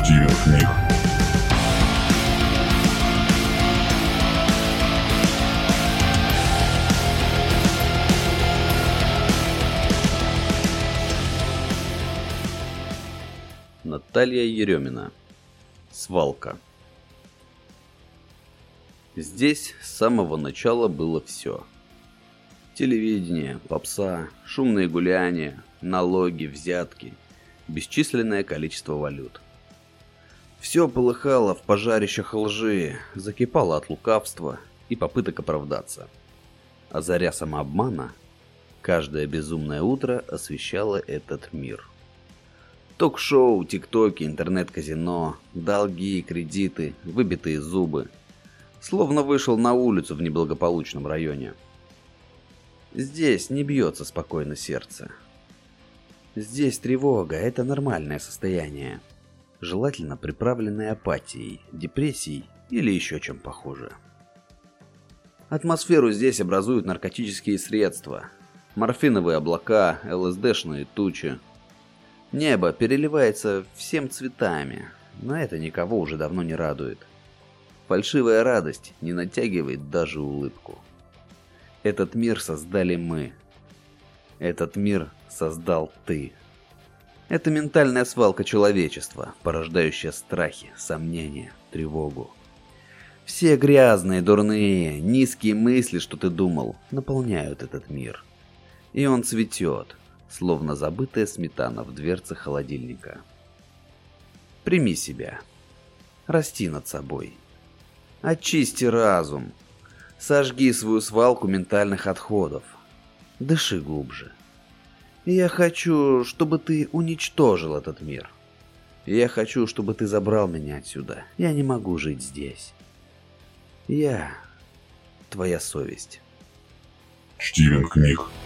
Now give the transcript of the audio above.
Стивен Книг. Наталья Еремина. Свалка. Здесь с самого начала было все. Телевидение, попса, шумные гуляния, налоги, взятки, бесчисленное количество валют. Все полыхало в пожарищах лжи, закипало от лукавства и попыток оправдаться. А заря самообмана каждое безумное утро освещала этот мир. Ток-шоу, тиктоки, интернет-казино, долги, кредиты, выбитые зубы. Словно вышел на улицу в неблагополучном районе. Здесь не бьется спокойно сердце. Здесь тревога – это нормальное состояние. Желательно приправленное апатией, депрессией или еще чем похуже. Атмосферу здесь образуют наркотические средства. Морфиновые облака, ЛСДшные тучи. Небо переливается всем цветами, но это никого уже давно не радует. Фальшивая радость не натягивает даже улыбку. Этот мир создали мы. Этот мир создал ты. Это ментальная свалка человечества, порождающая страхи, сомнения, тревогу. Все грязные, дурные, низкие мысли, что ты думал, наполняют этот мир. И он цветет, словно забытая сметана в дверце холодильника. Прими себя. Расти над собой. Очисти разум. Сожги свою свалку ментальных отходов. Дыши глубже. Я хочу, чтобы ты уничтожил этот мир. Я хочу, чтобы ты забрал меня отсюда. Я не могу жить здесь. Я твоя совесть. Стивен Книг.